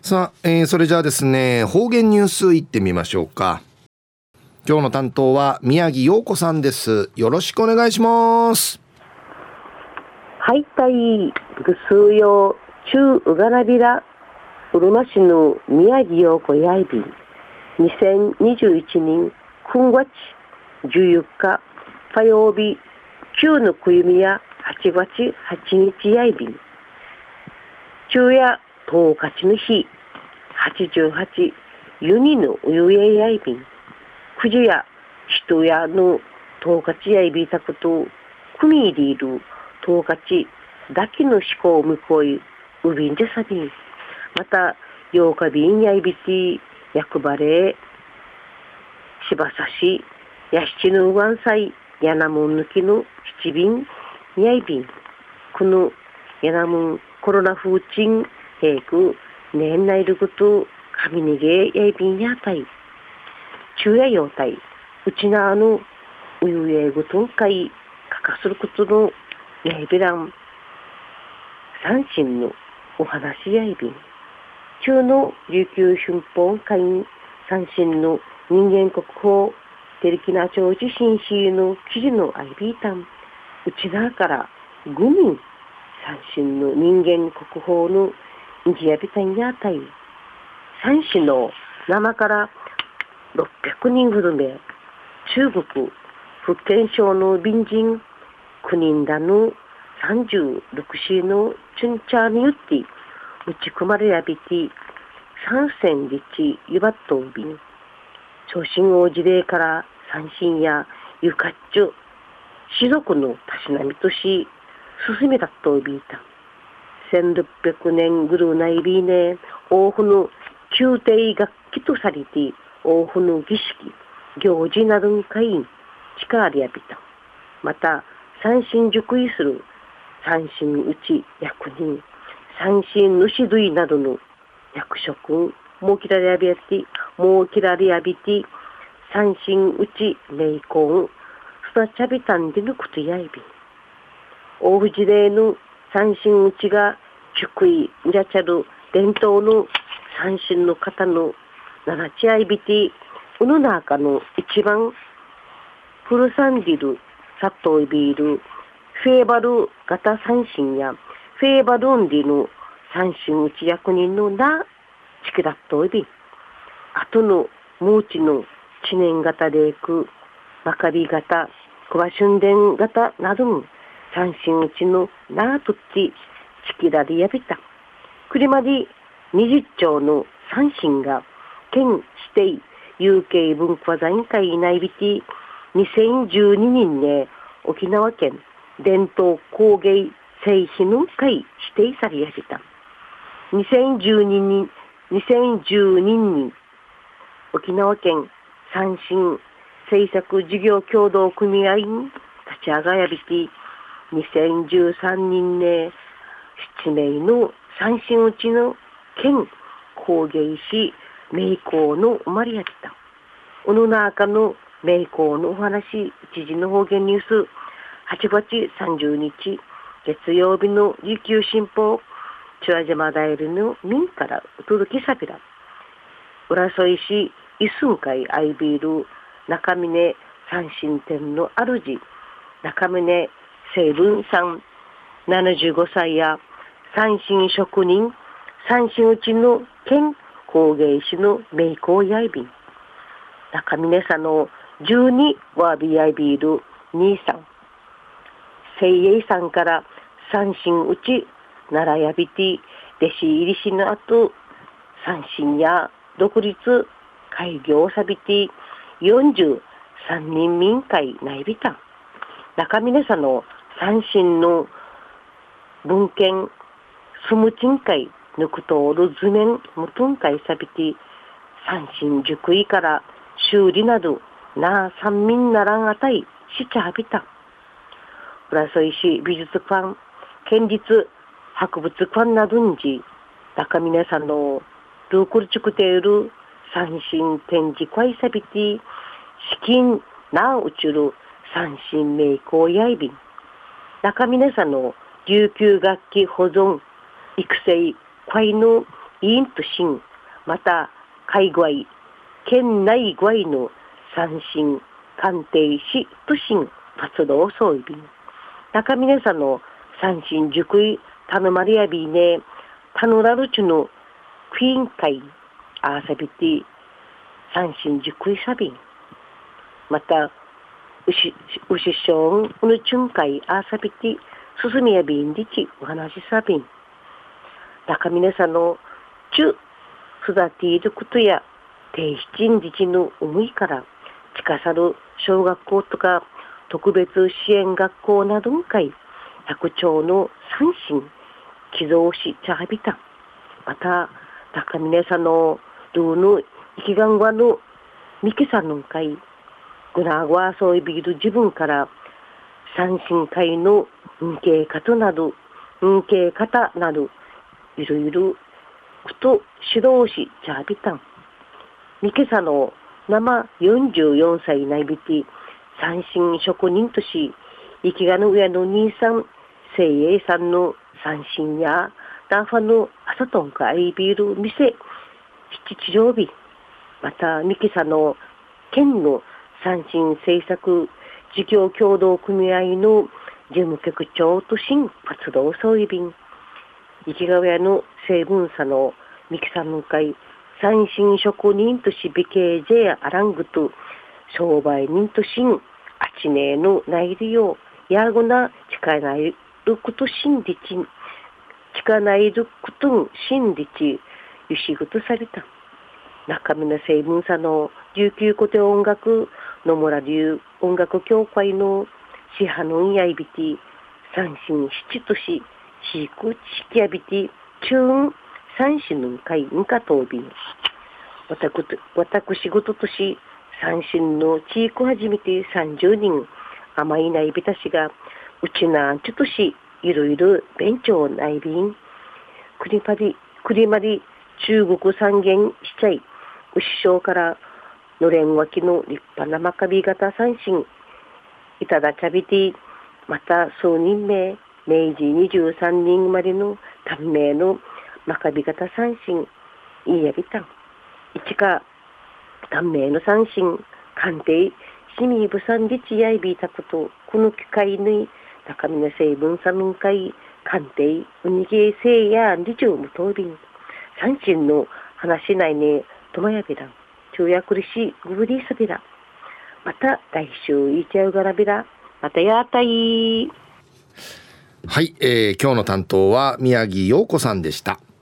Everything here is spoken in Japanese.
さあ、それじゃあですね、方言ニュースいってみましょうか。今日の担当は宮城陽子さんです。よろしくお願いします。 はい、たいぐすうよう中うがなびらうるま市の宮城陽子やいびん2021年9月14日火曜日9のくゆみや8月8日やいびん昼夜10日の日88ユニのうゆえやいびん9時や人やの10日やいびたこと組入りいる10日だけの思考を向こういうびんじゃさびんまた8日便やいびて役場れしばさしや七のうわんさいやなもん抜きの七便やいびんこのやなもんコロナ風鎮平く年内ること神逃げやいびんやたい昼夜用たいうちなあのうゆえぐとんかいかかすることのやいびらん三振のお話やいびん中の琉球春報会員三振の人間国宝テレキナ長寿新市の記事のアイビータンうちなからグミン三振の人間国宝のインジアビタンやたい三振の生から600人ほどめ中国福建省の隣人9人だの36市のチュンチャーによって打ち込まれやびて三戦立地ゆばっとうびん長身王事例から三振やゆかっちゅ士族のたしなみとし進めだっとうびいた1600年ぐるないびね王府の宮廷楽器とされて王府の儀式行事などに会員力ありやびたまた三振熟意する三振うち役人三振主類などの役職もうきられやびて三振うち名婚すなちゃびたんでのことやいび大藤例の三振うちが熟意じゃちゃる伝統の三振の方の七ちあいびてうぬなかの一番古さんでるさといびるフェーバル型三振やフェーバルンディの三振うち役人のなチキだっといびあとのムーチの知念型レイクマカリ型クワシュンデン型などの三振うちのなとってチキラリやびたくりまで20兆の三振が県指定有形文化財会内びて2012年ね沖縄県伝統工芸製品の会指定されやびた2012年沖縄県三振製作事業協同組合に立ち上がやびて2013年ね7名の三振うちの県工芸士名工の生まれやびたおの中の名工のお話一時の方言ニュース8月30日月曜日の琉球新報チュアジャマダイルの民からお届けさびら浦添市イスン会アイビール中峰三振店の主中峰成文さん75歳や三振職人三振うちの県工芸士の名工やいびん中峰さんの12ワービーアイビール兄さん聖英さんから三振うち奈良やびて弟子入りしの後三振や独立開業さびて43人民会内びた中峰さんの三振の文献スムチン会ぬくとおる図面無頓会さびて三振熟意から修理などな三民ならんあたいしちゃはびた浦添市美術館県立博物館などにじ中峰さんのルークルチュクテール三振展示会さびて資金なうちる三振名工やいびん中峰さんの琉球楽器保存育成会の委員としん、また海外県内外の三審鑑定士としん活動総意便中峰さんの三審熟意頼まれやびねタヌラルチュのクイーン会アーサビティ三審熟意サビンまた牛ショーンウヌチュン会アーサビティスズミやびんりちお話サビン中峰さんのチュ育ていることや低七日の思いから近さる小学校とか特別支援学校などんかい百丁の三審寄贈しちゃはびたまた高峰さんのどうの生きがんわのミキさんの会グナーワーソイビール自分から三審会の運慶方などいろいろこと指導しちゃはびたんミケサの生44歳内ビティ三審職人とし生きがの上の兄さん聖英さんの三審やダーファの朝とんかアイビール店七地上日またミケサの県の三審政策事業協同組合の事務局長としん活動総意便生きが上の成分差のミケサの会三審職人とし美形ジェアアラングと商売人としんあちねえのないりよやごな近ないることしんりち近ないることんしんりちゆしぐとされた中身の成分差の19古典音楽野村流音楽協会の支派のんやいびて三審七とししくちきやびて中三審の会んかとびん私事とし三審の地域始めて30人甘いないびたしがうちなんちゅとしいろいろ勉強ないびんくりまり中国三元しちゃい牛匠からのれんわきの立派なマカビ型三審いただきゃびてまた数人名明治23人生まれの短命のマカビ型三審いいやびたん一か短命の三審鑑定市民部産立やいびたことこの機会に中身の成分差の会鑑定うにげせいや理長無答便三審の話ないねともやびらん昼夜苦しいぐぶりさびらまた来週いちゃうがらびらまたやったいはい、今日の担当は宮城陽子さんでした。